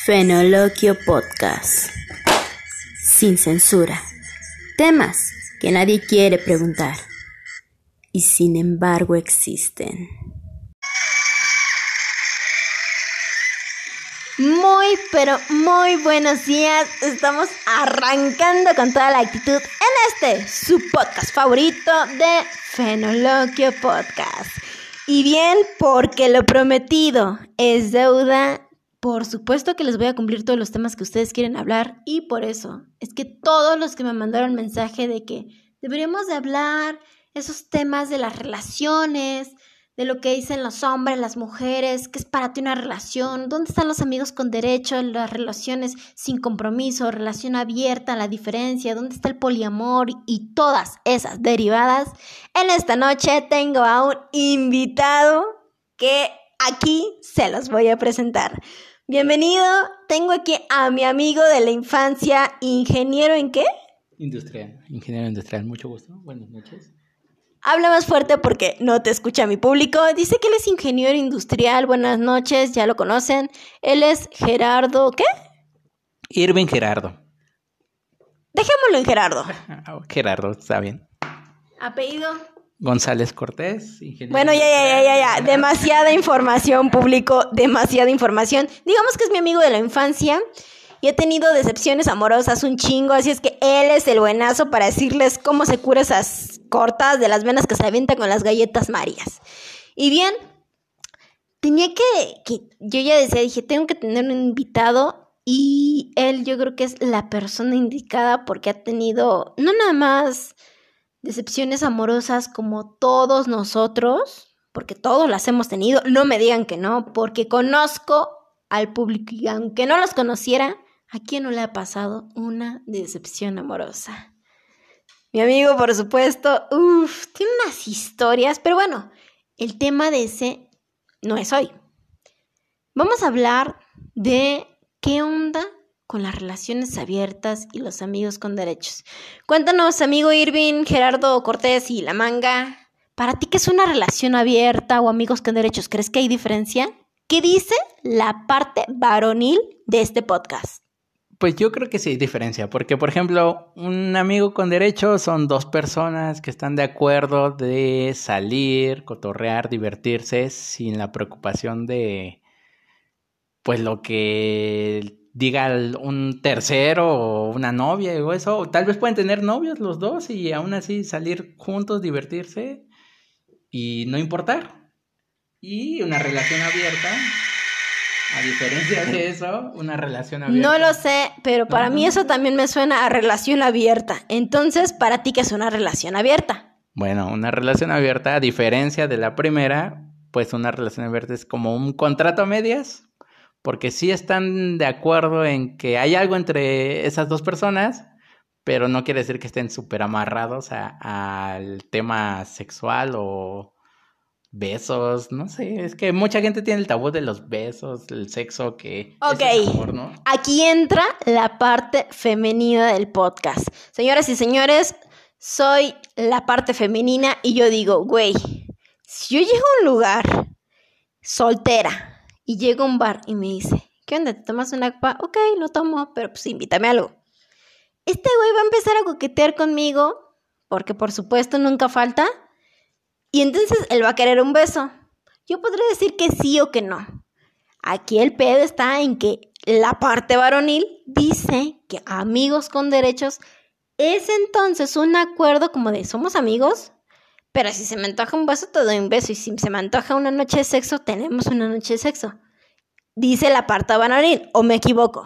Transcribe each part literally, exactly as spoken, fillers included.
Fenoloquio Podcast. Sin censura. Temas que nadie quiere preguntar. Y sin embargo existen. Muy, pero muy buenos días. Estamos arrancando con toda la actitud en este, su podcast favorito de Fenoloquio Podcast. Y bien, porque lo prometido es deuda, por supuesto que les voy a cumplir todos los temas que ustedes quieren hablar. Y por eso es que todos los que me mandaron mensaje de que deberíamos de hablar esos temas de las relaciones, de lo que dicen los hombres, las mujeres, qué es para ti una relación, dónde están los amigos con derecho, las relaciones sin compromiso, relación abierta, la diferencia, dónde está el poliamor y todas esas derivadas. En esta noche tengo a un invitado que aquí se los voy a presentar. Bienvenido, tengo aquí a mi amigo de la infancia, ingeniero ¿en qué? Industrial, ingeniero industrial, mucho gusto, buenas noches. Habla más fuerte porque no te escucha mi público. Dice que él es ingeniero industrial. Buenas noches, ya lo conocen. Él es Gerardo, ¿qué? Irving Gerardo. Dejémoslo en Gerardo. Gerardo, está bien. Apellido. González Cortés, ingeniero. Bueno, ya, ya, ya, ya, ya. Demasiada información, público, demasiada información. Digamos que es mi amigo de la infancia. Y he tenido decepciones amorosas un chingo, así es que él es el buenazo para decirles cómo se cura esas cortadas de las venas que se avientan con las galletas Marías. Y bien, tenía que, que, yo ya decía, dije, tengo que tener un invitado y él yo creo que es la persona indicada porque ha tenido, no nada más decepciones amorosas como todos nosotros, porque todos las hemos tenido, no me digan que no, porque conozco al público y aunque no los conociera, ¿a quién no le ha pasado una decepción amorosa? Mi amigo, por supuesto, uff, tiene unas historias, pero bueno, el tema de ese no es hoy. Vamos a hablar de qué onda con las relaciones abiertas y los amigos con derechos. Cuéntanos, amigo Irving, Gerardo Cortés y La Manga, ¿para ti qué es una relación abierta o amigos con derechos? ¿Crees que hay diferencia? ¿Qué dice la parte varonil de este podcast? Pues yo creo que sí hay diferencia, porque por ejemplo, un amigo con derechos son dos personas que están de acuerdo de salir, cotorrear, divertirse sin la preocupación de pues lo que diga un tercero o una novia o eso. O tal vez pueden tener novios los dos y aún así salir juntos, divertirse y no importar. Y una relación abierta, a diferencia de eso, una relación abierta. No lo sé, pero para uh-huh. mí eso también me suena a relación abierta. Entonces, ¿para ti qué es una relación abierta? Bueno, una relación abierta, a diferencia de la primera, pues una relación abierta es como un contrato a medias, porque sí están de acuerdo en que hay algo entre esas dos personas, pero no quiere decir que estén súper amarrados a, al tema sexual o besos, no sé, es que mucha gente tiene el tabú de los besos, el sexo, que Ok, es amor, ¿no? Aquí entra la parte femenina del podcast. Señoras y señores, soy la parte femenina y yo digo, güey, si yo llego a un lugar soltera y llego a un bar y me dice, ¿qué onda? ¿Te tomas una copa? Ok, lo tomo, pero pues invítame a algo. Este güey va a empezar a coquetear conmigo, porque por supuesto nunca falta. Y entonces él va a querer un beso. Yo podría decir que sí o que no. Aquí el pedo está en que la parte varonil dice que amigos con derechos es entonces un acuerdo como de somos amigos, pero si se me antoja un beso te doy un beso y si se me antoja una noche de sexo tenemos una noche de sexo. Dice la parte varonil, ¿o me equivoco?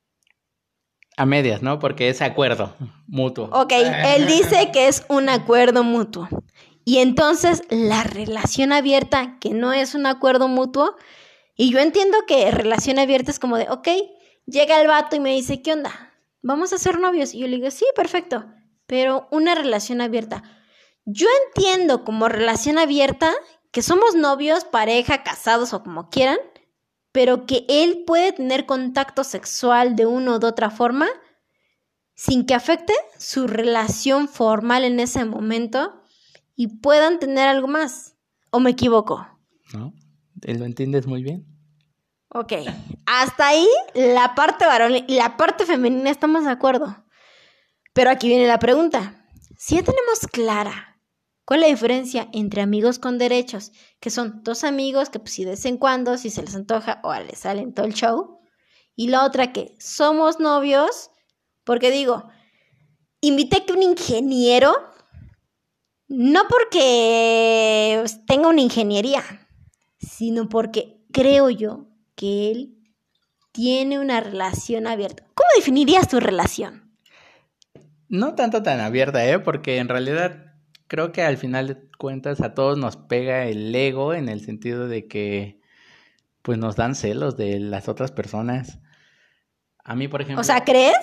A medias, ¿no? Porque es acuerdo mutuo. Ok, él dice que es un acuerdo mutuo. Y entonces la relación abierta, que no es un acuerdo mutuo, y yo entiendo que relación abierta es como de, ok, llega el vato y me dice, ¿qué onda? ¿Vamos a ser novios? Y yo le digo, sí, perfecto, pero una relación abierta. Yo entiendo como relación abierta que somos novios, pareja, casados o como quieran, pero que él puede tener contacto sexual de una u de otra forma sin que afecte su relación formal en ese momento y puedan tener algo más. ¿O me equivoco? No, lo entiendes muy bien. Ok, Hasta ahí la parte varonil y la parte femenina estamos de acuerdo. Pero aquí viene la pregunta. Si ya tenemos clara cuál es la diferencia entre amigos con derechos, que son dos amigos que pues si de vez en cuando, si se les antoja o les salen todo el show, y la otra que somos novios, porque digo, invité que un ingeniero, no porque tenga una ingeniería, sino porque creo yo que él tiene una relación abierta. ¿Cómo definirías tu relación? No tanto tan abierta, ¿eh? Porque en realidad creo que al final de cuentas a todos nos pega el ego en el sentido de que pues nos dan celos de las otras personas. A mí, por ejemplo... O sea, ¿crees?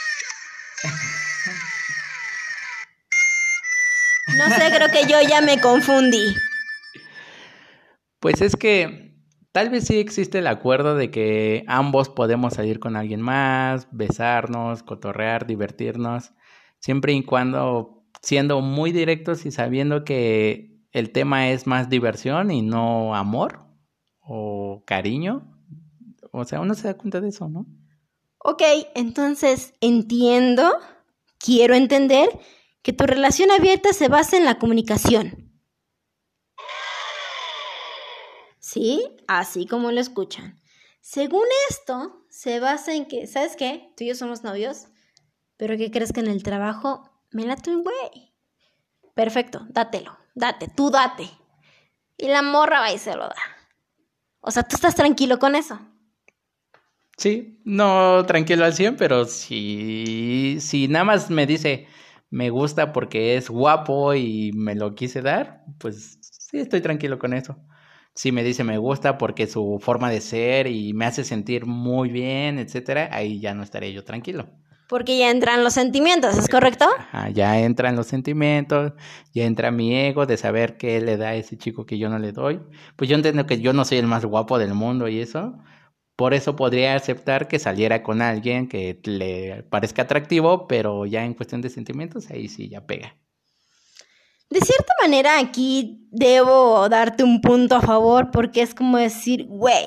No sé, creo que yo ya me confundí. Pues es que tal vez sí existe el acuerdo de que ambos podemos salir con alguien más, besarnos, cotorrear, divertirnos, siempre y cuando siendo muy directos y sabiendo que el tema es más diversión y no amor o cariño. O sea, uno se da cuenta de eso, ¿no? Ok, entonces entiendo, quiero entender que tu relación abierta se basa en la comunicación. ¿Sí? Así como lo escuchan. Según esto, se basa en que, ¿sabes qué? Tú y yo somos novios, pero ¿qué crees que en el trabajo me late un güey? Perfecto, dátelo, date, tú date. Y la morra va y se lo da. O sea, ¿tú estás tranquilo con eso? Sí, no tranquilo al cien, pero si, si nada más me dice me gusta porque es guapo y me lo quise dar, pues sí estoy tranquilo con eso. Si me dice me gusta porque su forma de ser y me hace sentir muy bien, etcétera, ahí ya no estaré yo tranquilo. Porque ya entran los sentimientos, ¿es correcto? Ajá, ya entran los sentimientos, ya entra mi ego de saber qué le da a ese chico que yo no le doy. Pues yo entiendo que yo no soy el más guapo del mundo y eso. Por eso podría aceptar que saliera con alguien que le parezca atractivo, pero ya en cuestión de sentimientos, ahí sí ya pega. De cierta manera aquí debo darte un punto a favor porque es como decir, güey,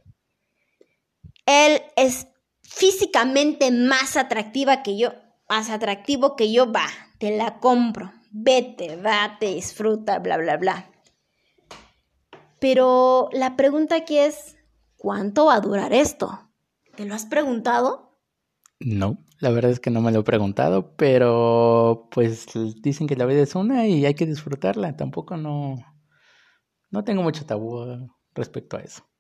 él es físicamente más atractiva que yo, más atractivo que yo, va, te la compro, vete, date, disfruta, bla, bla, bla. Pero la pregunta aquí es, ¿cuánto va a durar esto? ¿Te lo has preguntado? No, la verdad es que no me lo he preguntado, pero pues dicen que la vida es una y hay que disfrutarla. Tampoco no, no tengo mucho tabú respecto a eso.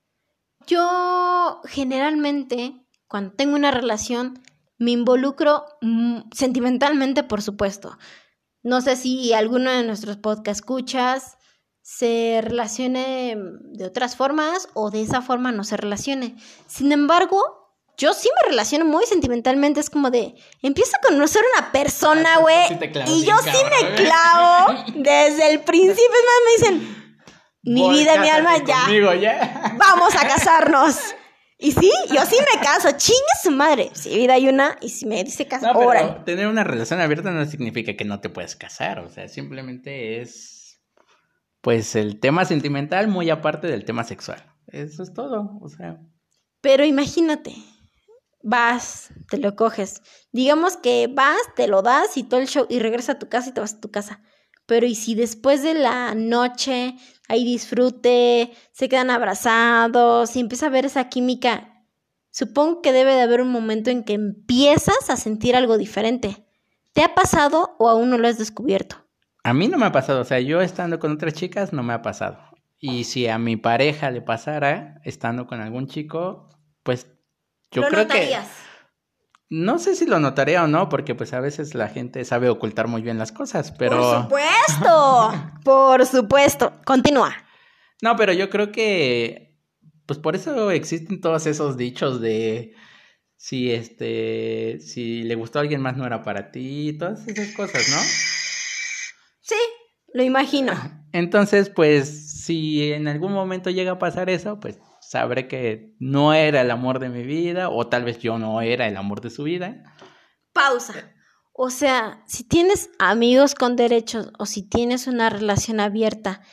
Yo generalmente, cuando tengo una relación, me involucro mm, sentimentalmente, por supuesto. No sé si alguno de nuestros podcast escuchas se relacione de otras formas o de esa forma no se relacione. Sin embargo, yo sí me relaciono muy sentimentalmente. Es como de, empiezo a conocer una persona, güey, sí y yo sí me clavo desde el principio. Es más, me dicen, mi Voy, vida, mi alma, ya. Conmigo, ya. Vamos a casarnos. Y sí, yo sí me caso. Chingue su madre. Si vida hay una, y si me dice caso, No, pero órale. tener una relación abierta no significa que no te puedes casar. O sea, simplemente es, pues, el tema sentimental muy aparte del tema sexual. Eso es todo, o sea. Pero imagínate, vas, te lo coges. Digamos que vas, te lo das y todo el show, y regresas a tu casa y te vas a tu casa. Pero ¿y si después de la noche hay disfrute, se quedan abrazados y empieza a haber esa química? Supongo que debe de haber un momento en que empiezas a sentir algo diferente. ¿Te ha pasado o aún no lo has descubierto? A mí no me ha pasado, o sea, yo estando con otras chicas no me ha pasado. Y si a mi pareja le pasara, estando con algún chico, pues yo ¿Lo creo notarías? que... No sé si lo notaría o no, porque pues a veces la gente sabe ocultar muy bien las cosas, pero... ¡Por supuesto! ¡Por supuesto! Continúa. No, pero yo creo que... Pues por eso existen todos esos dichos de... Si este... Si le gustó a alguien más no era para ti, todas esas cosas, ¿no? Sí, lo imagino. Entonces, pues, si en algún momento llega a pasar eso, pues sabré que no era el amor de mi vida, o tal vez yo no era el amor de su vida. Pausa. O sea, si tienes amigos con derechos o si tienes una relación abierta,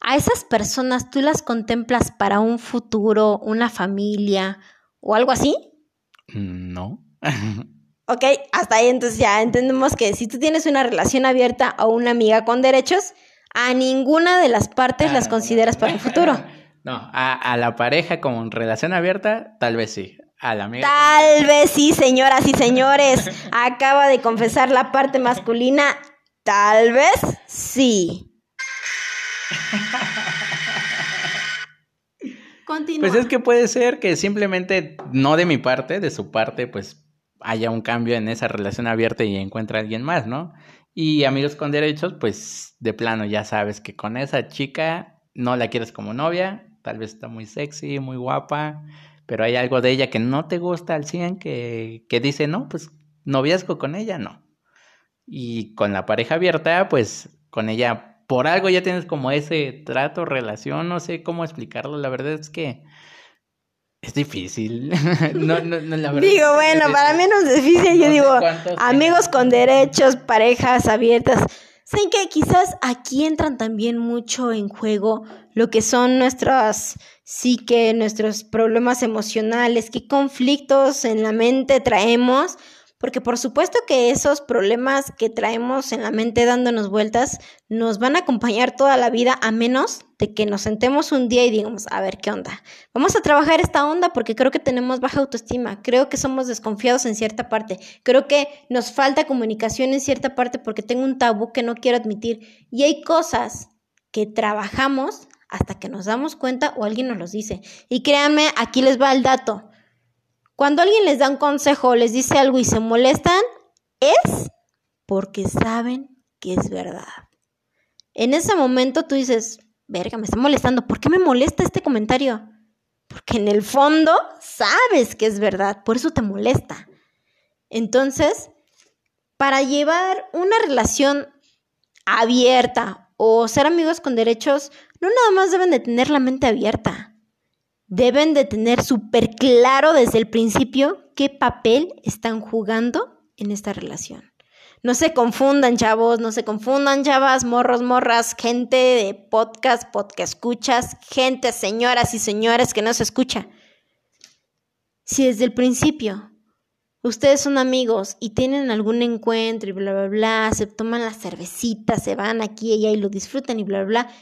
¿A esas personas tú las contemplas para un futuro, una familia o algo así? No. Ok, hasta ahí entonces ya entendemos que si tú tienes una relación abierta o una amiga con derechos, a ninguna de las partes Ah, las no, consideras no, para un futuro. No, a, a la pareja con relación abierta, tal vez sí. A la amiga. Tal vez sí, señoras y señores. Acaba de confesar la parte masculina. Tal vez sí. Continúa. Pues es que puede ser que simplemente, no de mi parte, de su parte, pues haya un cambio en esa relación abierta y encuentre a alguien más, ¿no? Y amigos con derechos, pues de plano ya sabes que con esa chica no la quieres como novia, tal vez está muy sexy, muy guapa, pero hay algo de ella que no te gusta al cien, que, que dice, no, pues noviazgo con ella, no. Y con la pareja abierta, pues con ella por algo ya tienes como ese trato, relación, no sé cómo explicarlo, la verdad es que es difícil. no, no, no, la verdad. Digo, bueno, para mí no es difícil, yo No sé digo, cuántos amigos tengan. con derechos, parejas abiertas. ¿Saben qué? Quizás aquí entran también mucho en juego lo que son nuestras psique, nuestros problemas emocionales, qué conflictos en la mente traemos, porque por supuesto que esos problemas que traemos en la mente dándonos vueltas nos van a acompañar toda la vida, a menos de que nos sentemos un día y digamos, a ver, ¿qué onda? Vamos a trabajar esta onda porque creo que tenemos baja autoestima, creo que somos desconfiados en cierta parte, creo que nos falta comunicación en cierta parte porque tengo un tabú que no quiero admitir, y hay cosas que trabajamos hasta que nos damos cuenta o alguien nos los dice. Y créanme, aquí les va el dato. Cuando alguien les da un consejo o les dice algo y se molestan, es porque saben que es verdad. En ese momento tú dices, verga, me está molestando, ¿por qué me molesta este comentario? Porque en el fondo sabes que es verdad, por eso te molesta. Entonces, para llevar una relación abierta o ser amigos con derechos, no nada más deben de tener la mente abierta. Deben de tener súper claro desde el principio qué papel están jugando en esta relación. No se confundan, chavos, no se confundan, chavas, morros, morras, gente de podcast, podcast escuchas, gente, señoras y señores que no se escucha. Si desde el principio ustedes son amigos y tienen algún encuentro y bla, bla, bla, se toman las cervecitas, se van aquí y allá y lo disfrutan y bla, bla, bla,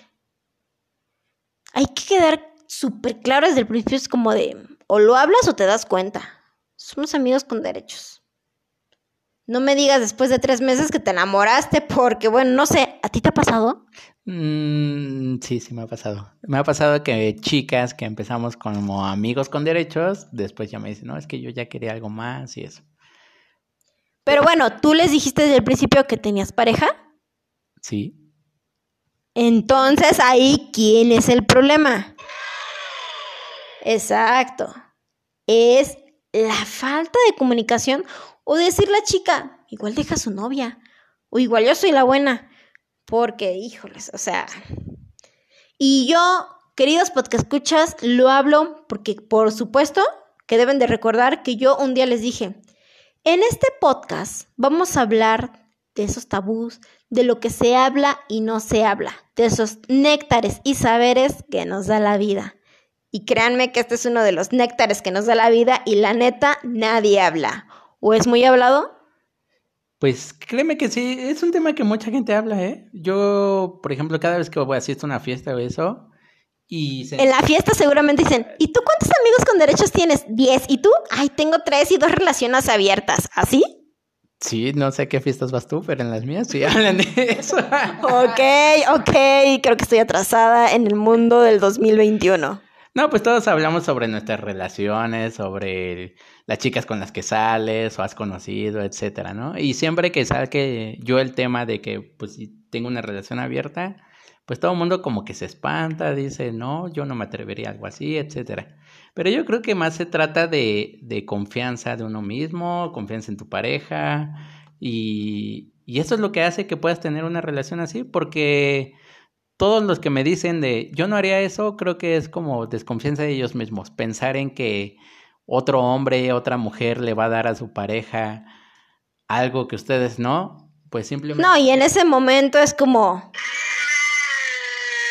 hay que quedar súper claro desde el principio, es como de, o lo hablas o te das cuenta. Somos amigos con derechos. No me digas después de tres meses que te enamoraste porque, bueno, no sé, ¿a ti te ha pasado? Mm, sí, sí me ha pasado. Me ha pasado que chicas que empezamos como amigos con derechos, después ya me dicen, no, es que yo ya quería algo más y eso. Pero bueno, ¿tú les dijiste desde el principio que tenías pareja? Sí. Entonces ahí, ¿quién es el problema? Exacto. Es la falta de comunicación o decirle a la chica, igual deja a su novia, o igual yo soy la buena, porque, híjoles, o sea... Y yo, queridos podcastescuchas, lo hablo porque, por supuesto, que deben de recordar que yo un día les dije, en este podcast vamos a hablar de esos tabús, de lo que se habla y no se habla, de esos néctares y saberes que nos da la vida. Y créanme que este es uno de los néctares que nos da la vida y la neta, nadie habla. ¿O es muy hablado? Pues créeme que sí, es un tema que mucha gente habla, ¿eh? Yo, por ejemplo, cada vez que voy a asisto a una fiesta o eso, y... Se... En la fiesta seguramente dicen, ¿y tú cuántos amigos con derechos tienes? Diez. ¿Y tú? Ay, tengo tres y dos relaciones abiertas. ¿Así? Sí, no sé a qué fiestas vas tú, pero en las mías sí hablan de eso. Ok, ok, creo que estoy atrasada en el mundo del dos mil veintiuno. No, pues todos hablamos sobre nuestras relaciones, sobre las chicas con las que sales o has conocido, etcétera, ¿no? Y siempre que saque yo el tema de que, pues, si tengo una relación abierta, pues todo el mundo como que se espanta, dice, no, yo no me atrevería a algo así, etcétera. Pero yo creo que más se trata de, de confianza de uno mismo, confianza en tu pareja, y, y eso es lo que hace que puedas tener una relación así, porque... Todos los que me dicen de yo no haría eso, creo que es como desconfianza de ellos mismos. Pensar en que otro hombre, otra mujer le va a dar a su pareja algo que ustedes no, pues simplemente... No, y en ese momento es como...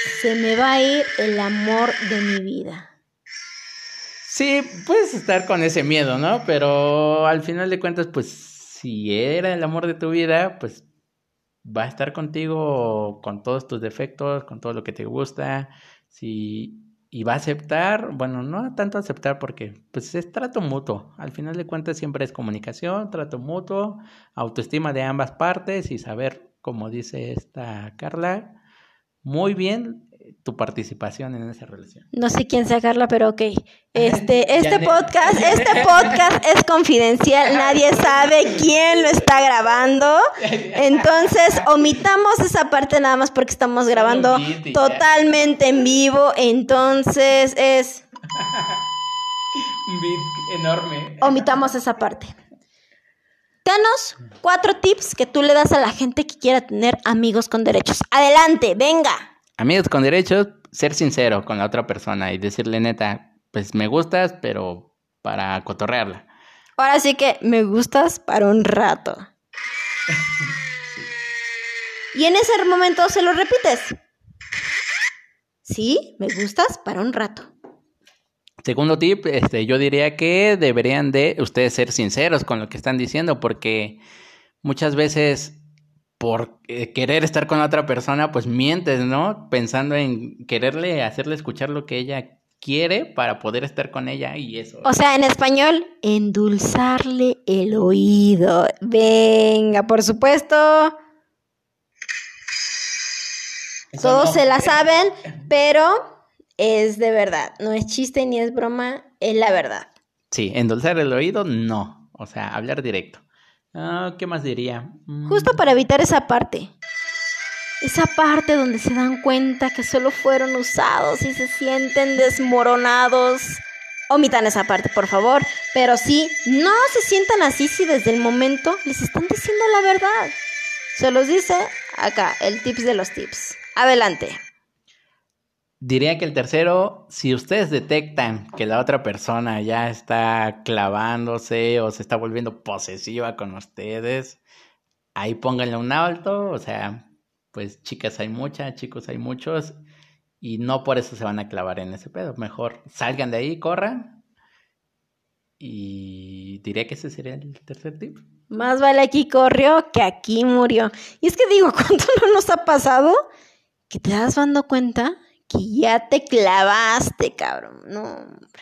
se me va a ir el amor de mi vida. Sí, puedes estar con ese miedo, ¿no? Pero al final de cuentas, pues, si era el amor de tu vida, pues va a estar contigo con todos tus defectos, con todo lo que te gusta, si, y va a aceptar, bueno, no tanto aceptar porque pues es trato mutuo. Al final de cuentas siempre es comunicación, trato mutuo, autoestima de ambas partes y saber, como dice esta Carla, muy bien tu participación en esa relación. No sé quién sea Carla, pero ok. Este, este podcast, este podcast es confidencial, nadie sabe quién lo está grabando. Entonces, omitamos esa parte nada más porque estamos grabando totalmente en vivo. Entonces es un beat enorme. Omitamos esa parte. Danos cuatro tips que tú le das a la gente que quiera tener amigos con derechos. Adelante, venga. Amigos con derechos, ser sincero con la otra persona y decirle neta, pues me gustas, pero para cotorrearla. Ahora sí que me gustas para un rato. Y en ese momento se lo repites. Sí, me gustas para un rato. Segundo tip, este, yo diría que deberían de ustedes ser sinceros con lo que están diciendo, porque muchas veces por eh, querer estar con la otra persona, pues mientes, ¿no? Pensando en quererle hacerle escuchar lo que ella quiere para poder estar con ella y eso. O sea, en español, endulzarle el oído. Venga, por supuesto. Eso todos no. Se la saben, pero es de verdad. No es chiste ni es broma, es la verdad. Sí, endulzar el oído, no. O sea, hablar directo. Uh, ¿Qué más diría? Mm. Justo para evitar esa parte. Esa parte donde se dan cuenta que solo fueron usados y se sienten desmoronados. Omitan esa parte, por favor. Pero sí, no se sientan así si desde el momento les están diciendo la verdad. Se los dice acá, el tips de los tips. Adelante. Diría que el tercero, si ustedes detectan que la otra persona ya está clavándose o se está volviendo posesiva con ustedes, ahí pónganle un alto, o sea, pues chicas hay muchas, chicos hay muchos, y no por eso se van a clavar en ese pedo. Mejor salgan de ahí, corran, y diría que ese sería el tercer tip. Más vale aquí corrió que aquí murió. Y es que digo, ¿cuánto no nos ha pasado que te das dando cuenta que ya te clavaste, cabrón? No, hombre.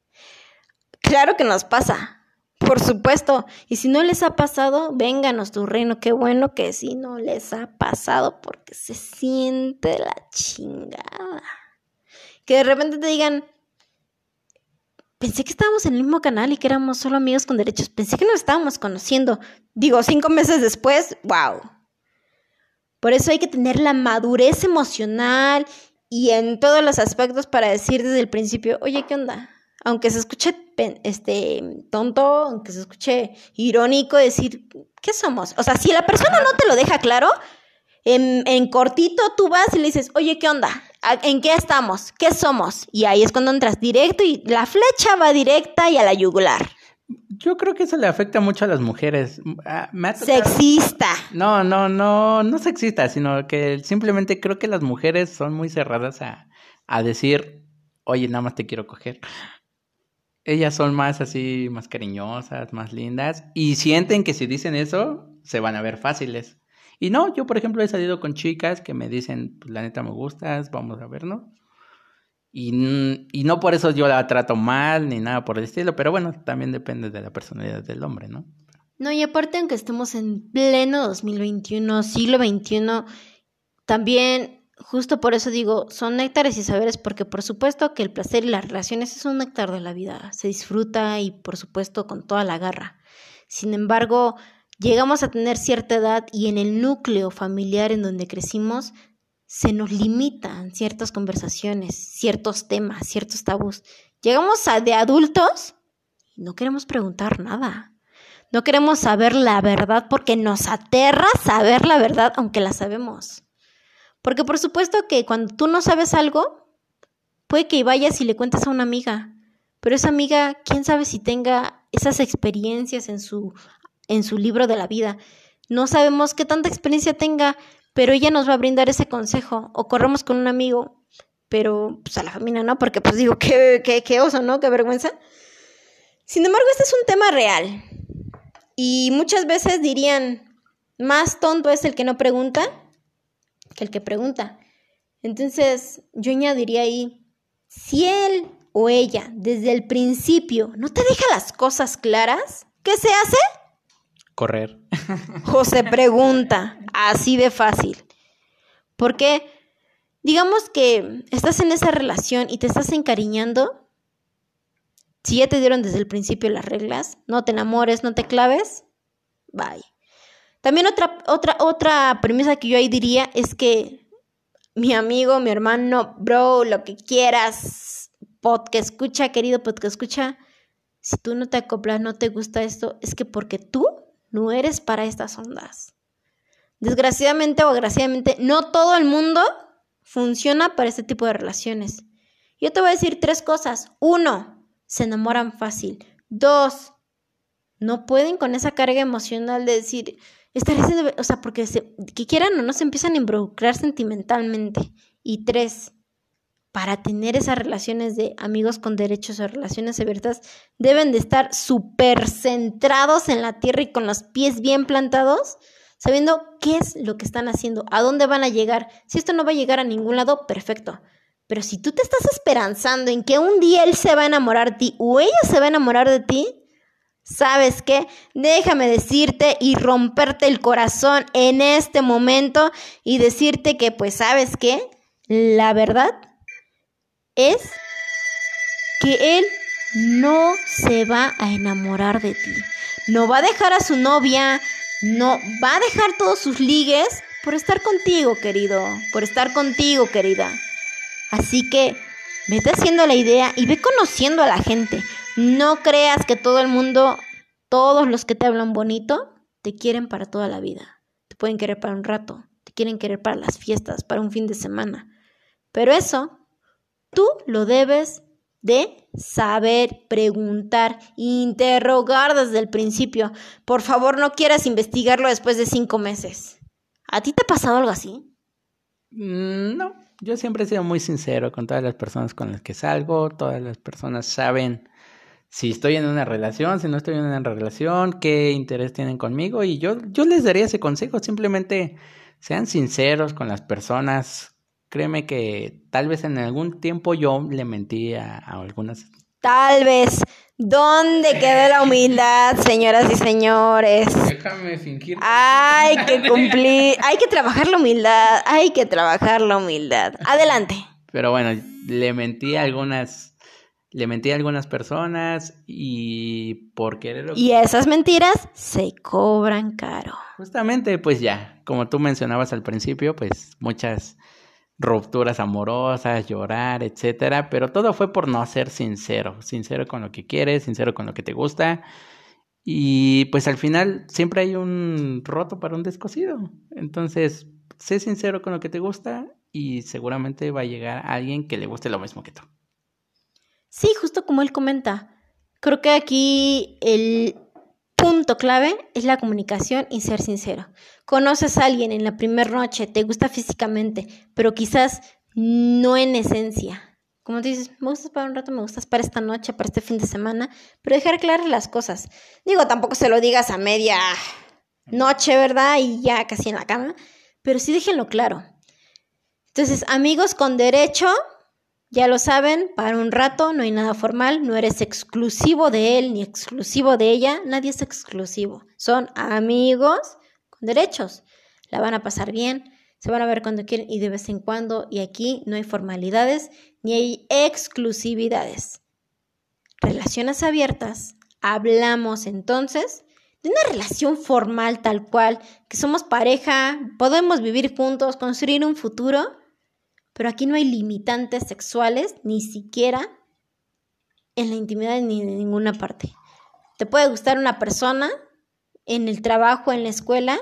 Claro que nos pasa, por supuesto. Y si no les ha pasado, vénganos tu reino. Qué bueno que sí no les ha pasado, porque se siente la chingada. Que de repente te digan, pensé que estábamos en el mismo canal y que éramos solo amigos con derechos. Pensé que nos estábamos conociendo. Digo, cinco meses después, wow. Por eso hay que tener la madurez emocional y en todos los aspectos para decir desde el principio, oye, ¿qué onda? Aunque se escuche este, tonto, aunque se escuche irónico, decir, ¿qué somos? O sea, si la persona no te lo deja claro, en, en cortito tú vas y le dices, oye, ¿qué onda? ¿En qué estamos? ¿Qué somos? Y ahí es cuando entras directo y la flecha va directa y a la yugular. Yo creo que eso le afecta mucho a las mujeres. Me ha tocado... Sexista. No, no, no, no sexista, sino que simplemente creo que las mujeres son muy cerradas a, a decir, oye, nada más te quiero coger. Ellas son más así, más cariñosas, más lindas, y sienten que si dicen eso, se van a ver fáciles. Y no, yo por ejemplo he salido con chicas que me dicen, pues la neta me gustas, vamos a vernos. Y, y no por eso yo la trato mal ni nada por el estilo, pero bueno, también depende de la personalidad del hombre, ¿no? No, y aparte, aunque estemos en pleno dos mil veintiuno, siglo veintiuno, también, justo por eso digo, son néctares y saberes, porque por supuesto que el placer y las relaciones es un néctar de la vida, se disfruta y por supuesto con toda la garra. Sin embargo, llegamos a tener cierta edad y en el núcleo familiar en donde crecimos, se nos limitan ciertas conversaciones, ciertos temas, ciertos tabús. Llegamos a de adultos y no queremos preguntar nada. No queremos saber la verdad porque nos aterra saber la verdad, aunque la sabemos. Porque por supuesto que cuando tú no sabes algo, puede que vayas y le cuentes a una amiga. Pero esa amiga, quién sabe si tenga esas experiencias en su, en su libro de la vida. No sabemos qué tanta experiencia tenga, pero ella nos va a brindar ese consejo. O corremos con un amigo, pero pues a la familia no, porque pues digo, qué, qué, qué oso, ¿no? Qué vergüenza. Sin embargo, este es un tema real. Y muchas veces dirían, más tonto es el que no pregunta que el que pregunta. Entonces, yo añadiría ahí, si él o ella desde el principio no te deja las cosas claras, ¿qué se hace? Correr. O se pregunta, así de fácil. Porque, digamos que estás en esa relación y te estás encariñando, si ya te dieron desde el principio las reglas, no te enamores, no te claves, bye. También otra, otra, otra premisa que yo ahí diría es que mi amigo, mi hermano, bro, lo que quieras, podcast escucha, querido podcast escucha, si tú no te acoplas, no te gusta esto, es que porque tú no eres para estas ondas. Desgraciadamente o agraciadamente, no todo el mundo funciona para este tipo de relaciones. Yo te voy a decir tres cosas. Uno, se enamoran fácil. Dos, no pueden con esa carga emocional de decir, estar haciendo, o sea, porque se, que quieran o no se empiezan a involucrar sentimentalmente. Y tres, para tener esas relaciones de amigos con derechos o relaciones abiertas, deben de estar súper centrados en la tierra y con los pies bien plantados, sabiendo qué es lo que están haciendo, a dónde van a llegar. Si esto no va a llegar a ningún lado, perfecto. Pero si tú te estás esperanzando en que un día él se va a enamorar de ti o ella se va a enamorar de ti, ¿sabes qué? Déjame decirte y romperte el corazón en este momento y decirte que, pues, ¿sabes qué? La verdad es que él no se va a enamorar de ti. No va a dejar a su novia, no va a dejar todos sus ligues por estar contigo, querido, por estar contigo, querida. Así que vete haciendo la idea y ve conociendo a la gente. No creas que todo el mundo, todos los que te hablan bonito, te quieren para toda la vida. Te pueden querer para un rato, te quieren querer para las fiestas, para un fin de semana. Pero eso, tú lo debes de saber, preguntar, interrogar desde el principio. Por favor, no quieras investigarlo después de cinco meses. ¿A ti te ha pasado algo así? Mm, no, yo siempre he sido muy sincero con todas las personas con las que salgo. Todas las personas saben si estoy en una relación, si no estoy en una relación, qué interés tienen conmigo. Y yo, yo les daría ese consejo. Simplemente sean sinceros con las personas. Créeme que tal vez en algún tiempo yo le mentí a, a algunas. Tal vez. ¿Dónde quedó la humildad, señoras y señores? Déjame fingir. Hay que cumplir, hay que trabajar la humildad, hay que trabajar la humildad. Adelante. Pero bueno, le mentí a algunas, le mentí a algunas personas y por querer... Y esas mentiras se cobran caro. Justamente, pues ya, como tú mencionabas al principio, pues muchas rupturas amorosas, llorar, etcétera, pero todo fue por no ser sincero, sincero con lo que quieres, sincero con lo que te gusta, y pues al final siempre hay un roto para un descosido. Entonces, sé sincero con lo que te gusta y seguramente va a llegar alguien que le guste lo mismo que tú. Sí, justo como él comenta, creo que aquí el punto clave es la comunicación y ser sincero. Conoces a alguien en la primera noche, te gusta físicamente, pero quizás no en esencia. Como te dices, me gustas para un rato, me gustas para esta noche, para este fin de semana, pero dejar claras las cosas. Digo, tampoco se lo digas a media noche, ¿verdad? Y ya casi en la cama, pero sí déjenlo claro. Entonces, amigos con derecho, ya lo saben, para un rato, no hay nada formal, no eres exclusivo de él ni exclusivo de ella, nadie es exclusivo. Son amigos con derechos, la van a pasar bien, se van a ver cuando quieren y de vez en cuando, y aquí no hay formalidades ni hay exclusividades. Relaciones abiertas, hablamos entonces de una relación formal tal cual, que somos pareja, podemos vivir juntos, construir un futuro. Pero aquí no hay limitantes sexuales, ni siquiera en la intimidad ni en ninguna parte. Te puede gustar una persona en el trabajo, en la escuela,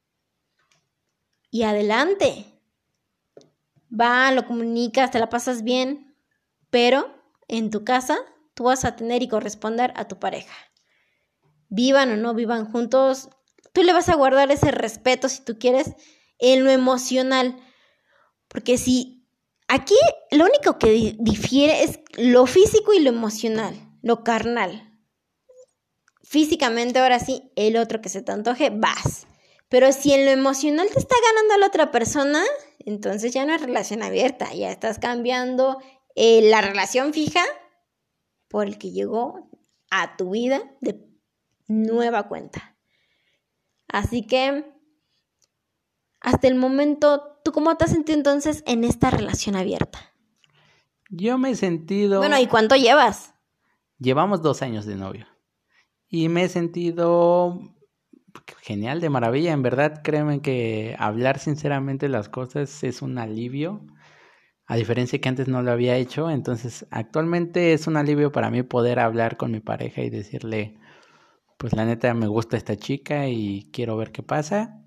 y adelante. Va, lo comunicas, te la pasas bien, pero en tu casa tú vas a tener y corresponder a tu pareja. Vivan o no vivan juntos, tú le vas a guardar ese respeto si tú quieres en lo emocional. Porque si aquí lo único que di- difiere es lo físico y lo emocional, lo carnal. Físicamente, ahora sí, el otro que se te antoje, vas. Pero si en lo emocional te está ganando la otra persona, entonces ya no es relación abierta, ya estás cambiando eh, la relación fija por el que llegó a tu vida de nueva cuenta. Así que, hasta el momento, ¿tú cómo te has sentido entonces en esta relación abierta? Yo me he sentido... Bueno, ¿y cuánto llevas? Llevamos dos años de novio. Y me he sentido genial, de maravilla. En verdad, créeme que hablar sinceramente las cosas es un alivio. A diferencia que antes no lo había hecho. Entonces, actualmente es un alivio para mí poder hablar con mi pareja y decirle, pues la neta me gusta esta chica y quiero ver qué pasa.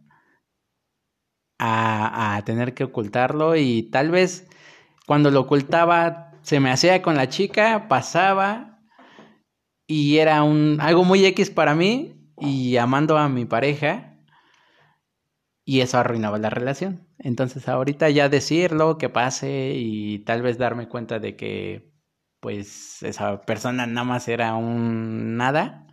A, a tener que ocultarlo y tal vez cuando lo ocultaba se me hacía con la chica, pasaba... Y era un algo muy X para mí y amando a mi pareja y eso arruinaba la relación. Entonces ahorita ya decirlo, que pase y tal vez darme cuenta de que pues esa persona nada más era un nada.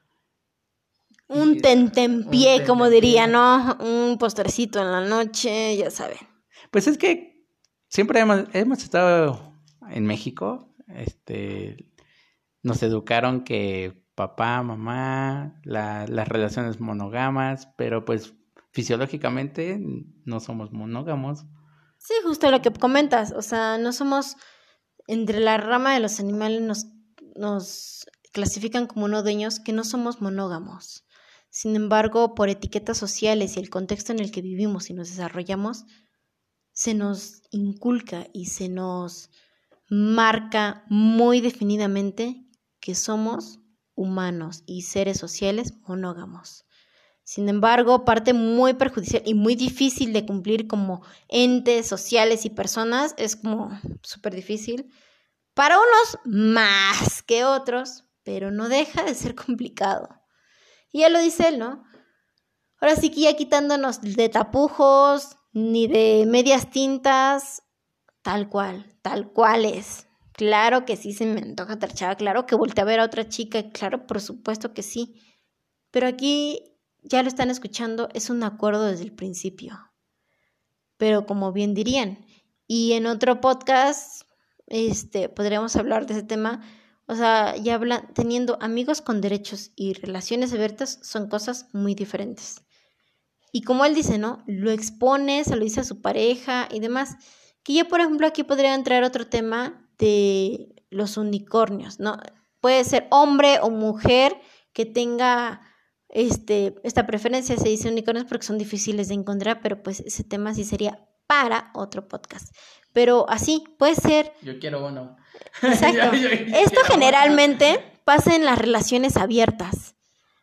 Un Y- tentempié, un como tentempié. diría, ¿no? Un postrecito en la noche, ya saben. Pues es que siempre hemos, hemos estado en México, este, nos educaron que papá, mamá, la, las relaciones monógamas, pero pues fisiológicamente no somos monógamos. Sí, justo lo que comentas, o sea, no somos, entre la rama de los animales nos, nos clasifican como no dueños, que no somos monógamos. Sin embargo, por etiquetas sociales y el contexto en el que vivimos y nos desarrollamos, se nos inculca y se nos marca muy definidamente que somos humanos y seres sociales monógamos. Sin embargo, parte muy perjudicial y muy difícil de cumplir como entes sociales y personas, es como súper difícil. Para unos más que otros, pero no deja de ser complicado. Y ya lo dice él, ¿no? Ahora sí que ya quitándonos de tapujos, ni de medias tintas, tal cual, tal cual es. Claro que sí se me antoja otra chava, claro que volteé a ver a otra chica, claro, por supuesto que sí. Pero aquí, ya lo están escuchando, es un acuerdo desde el principio. Pero como bien dirían, y en otro podcast, este, podríamos hablar de ese tema. O sea, ya hablan, teniendo amigos con derechos y relaciones abiertas son cosas muy diferentes. Y como él dice, ¿no? Lo expone, se lo dice a su pareja y demás. Que yo, por ejemplo, aquí podría entrar otro tema de los unicornios, ¿no? Puede ser hombre o mujer que tenga este, esta preferencia, se dice unicornios porque son difíciles de encontrar, pero pues ese tema sí sería para otro podcast. Pero así, puede ser. Yo quiero uno. Exacto. Yo- yo- yo Esto quiero generalmente uno. pasa en las relaciones abiertas.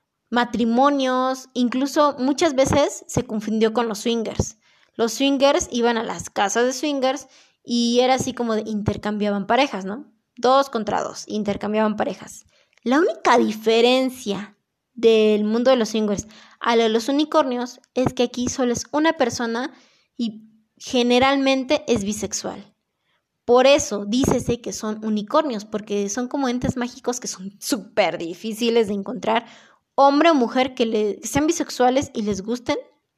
Matrimonios, incluso muchas veces se confundió con los swingers. Los swingers iban a las casas de swingers y era así como de intercambiaban parejas, ¿no? Dos contra dos, intercambiaban parejas. La única diferencia del mundo de los swingers a lo de los unicornios es que aquí solo es una persona y generalmente es bisexual. Por eso dícese que son unicornios, porque son como entes mágicos que son súper difíciles de encontrar. Hombre o mujer que, le, que sean bisexuales y les gusten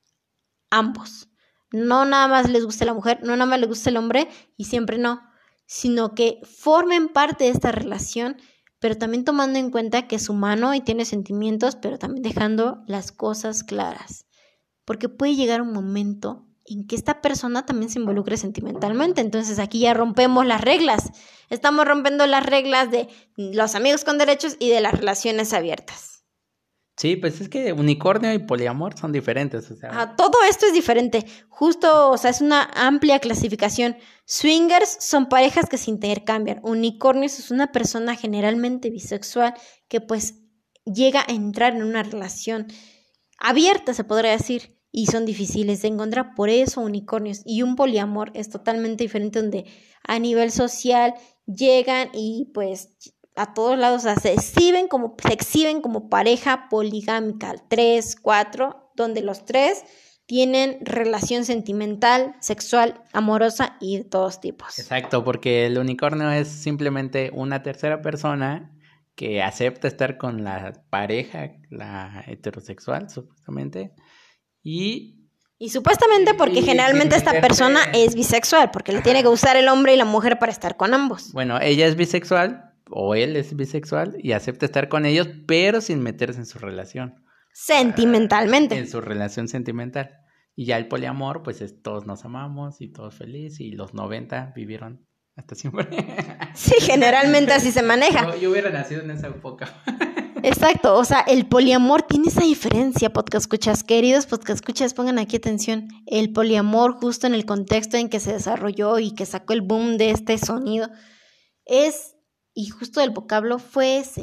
ambos. No nada más les guste la mujer, no nada más les guste el hombre y siempre no, sino que formen parte de esta relación, pero también tomando en cuenta que es humano y tiene sentimientos, pero también dejando las cosas claras. Porque puede llegar un momento en que esta persona también se involucre sentimentalmente. Entonces aquí ya rompemos las reglas. Estamos rompiendo las reglas de los amigos con derechos y de las relaciones abiertas. Sí, pues es que unicornio y poliamor son diferentes, o sea. Ajá, todo esto es diferente. Justo, o sea, es una amplia clasificación. Swingers son parejas que se intercambian. Unicornios es una persona generalmente bisexual que pues llega a entrar en una relación abierta, se podría decir, y son difíciles de encontrar. Por eso unicornios. Y un poliamor es totalmente diferente, donde a nivel social llegan y pues a todos lados, o sea, se exhiben como, se exhiben como pareja poligámica, tres, cuatro, donde los tres tienen relación sentimental, sexual, amorosa y de todos tipos. Exacto, porque el unicornio es simplemente una tercera persona que acepta estar con la pareja, la heterosexual, supuestamente, y... Y supuestamente porque y, generalmente y, esta y, persona y, es bisexual, porque le tiene que gustar el hombre y la mujer para estar con ambos. Bueno, ella es bisexual, o él es bisexual, y acepta estar con ellos, pero sin meterse en su relación. Sentimentalmente. En su relación sentimental. Y ya el poliamor, pues es todos nos amamos y todos felices, y los noventa vivieron hasta siempre. Sí, generalmente así se maneja. Yo, yo hubiera nacido en esa época. Exacto, o sea, el poliamor tiene esa diferencia, podcast escuchas, queridos podcast escuchas, pongan aquí atención. El poliamor, justo en el contexto en que se desarrolló y que sacó el boom de este sonido, es, y justo el vocablo fue ese,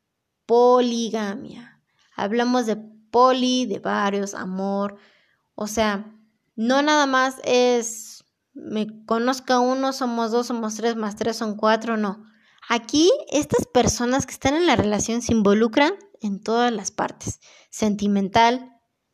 poligamia. Hablamos de poli, de varios, amor, o sea, no nada más es, me conozca uno, somos dos, somos tres, más tres son cuatro, no. Aquí estas personas que están en la relación se involucran en todas las partes, sentimental,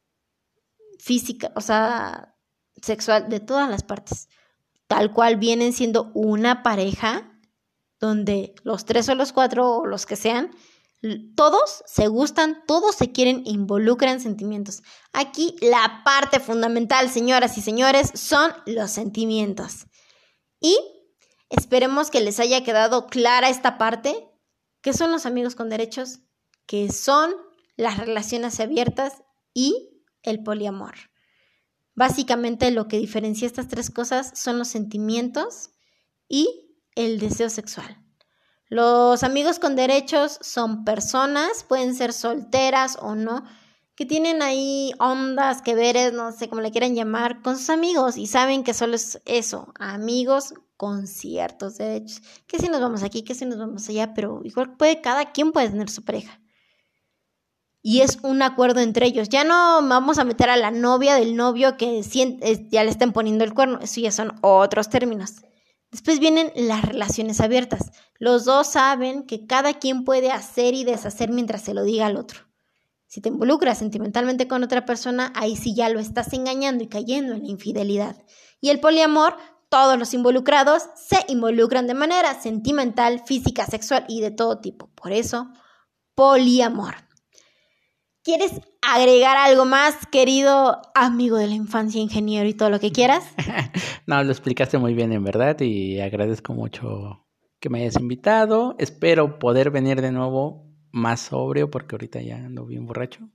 física, o sea, sexual, de todas las partes. Tal cual vienen siendo una pareja donde los tres o los cuatro o los que sean, todos se gustan, todos se quieren, involucran sentimientos. Aquí la parte fundamental, señoras y señores, son los sentimientos. Y esperemos que les haya quedado clara esta parte, que son los amigos con derechos, que son las relaciones abiertas y el poliamor. Básicamente lo que diferencia estas tres cosas son los sentimientos y el deseo sexual. Los amigos con derechos son personas, pueden ser solteras o no, que tienen ahí ondas, que veres, no sé cómo le quieran llamar, con sus amigos y saben que solo es eso, amigos con ciertos derechos. Que si nos vamos aquí, que si nos vamos allá, pero igual puede, cada quien puede tener su pareja. Y es un acuerdo entre ellos. Ya no vamos a meter a la novia del novio que siente, ya le estén poniendo el cuerno, eso ya son otros términos. Después vienen las relaciones abiertas. Los dos saben que cada quien puede hacer y deshacer mientras se lo diga al otro. Si te involucras sentimentalmente con otra persona, ahí sí ya lo estás engañando y cayendo en la infidelidad. Y el poliamor, todos los involucrados se involucran de manera sentimental, física, sexual y de todo tipo. Por eso, poliamor. ¿Quieres agregar algo más, querido amigo de la infancia, ingeniero y todo lo que quieras? No, lo explicaste muy bien, en verdad, y agradezco mucho que me hayas invitado. Espero poder venir de nuevo más sobrio, porque ahorita ya ando bien borracho.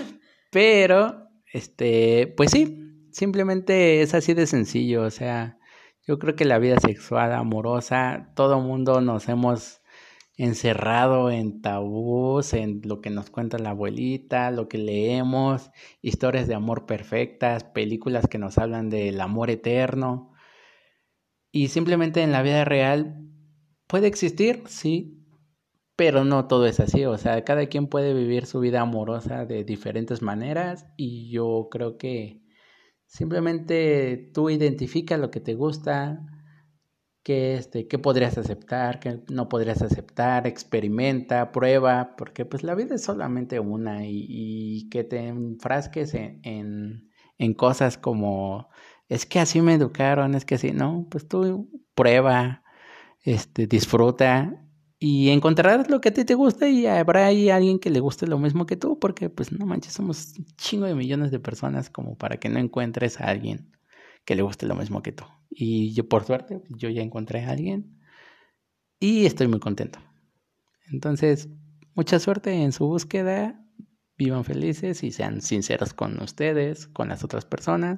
Pero, este, pues sí, simplemente es así de sencillo. O sea, yo creo que la vida sexual, amorosa, todo mundo nos hemos encerrado en tabús, en lo que nos cuenta la abuelita, lo que leemos, historias de amor perfectas, películas que nos hablan del amor eterno. Y simplemente en la vida real puede existir, sí, pero no todo es así. O sea, cada quien puede vivir su vida amorosa de diferentes maneras, y yo creo que simplemente tú identifica lo que te gusta, qué este, qué podrías aceptar, qué no podrías aceptar, experimenta, prueba, porque pues la vida es solamente una, y, y que te enfrasques en, en, en cosas como, es que así me educaron, es que así, no, pues tú prueba, este, disfruta, y encontrarás lo que a ti te gusta, y habrá ahí alguien que le guste lo mismo que tú, porque pues no manches, somos un chingo de millones de personas como para que no encuentres a alguien que le guste lo mismo que tú. Y yo, por suerte, yo ya encontré a alguien y estoy muy contento. Entonces, mucha suerte en su búsqueda, vivan felices y sean sinceros con ustedes, con las otras personas,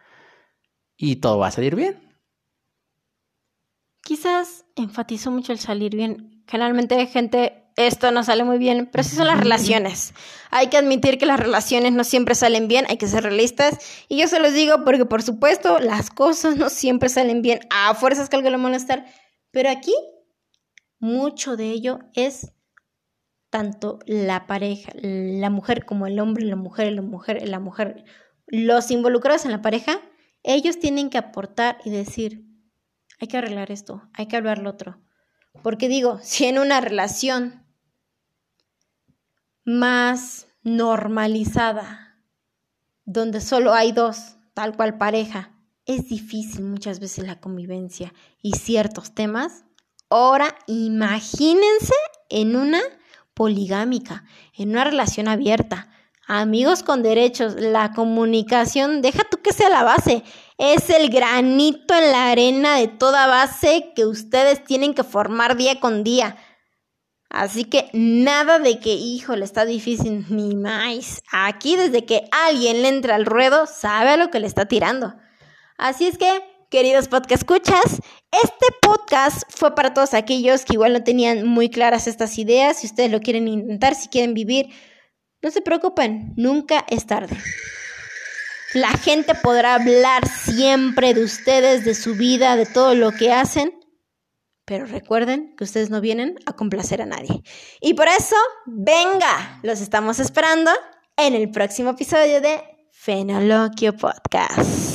y todo va a salir bien. Quizás enfatizo mucho el salir bien. Generalmente hay gente, esto no sale muy bien, pero sí son las relaciones. Hay que admitir que las relaciones no siempre salen bien, hay que ser realistas. Y yo se los digo porque, por supuesto, las cosas no siempre salen bien. A fuerzas que algo le molestar. Pero aquí, mucho de ello es tanto la pareja, la mujer como el hombre, la mujer, la mujer, la mujer. Los involucrados en la pareja, ellos tienen que aportar y decir, hay que arreglar esto, hay que hablar lo otro. Porque digo, si en una relación más normalizada donde solo hay dos, tal cual pareja, es difícil muchas veces la convivencia y ciertos temas. Ahora imagínense en una poligámica, en una relación abierta, amigos con derechos. La comunicación, deja tú que sea la base, es el granito en la arena de toda base que ustedes tienen que formar día con día. Así que nada de que, híjole, está difícil, ni más. Aquí desde que alguien le entra al ruedo, sabe a lo que le está tirando. Así es que, queridos podcast escuchas, este podcast fue para todos aquellos que igual no tenían muy claras estas ideas. Si ustedes lo quieren intentar, si quieren vivir, no se preocupen, nunca es tarde. La gente podrá hablar siempre de ustedes, de su vida, de todo lo que hacen. Pero recuerden que ustedes no vienen a complacer a nadie. Y por eso, venga, los estamos esperando en el próximo episodio de Fenoloquio Podcast.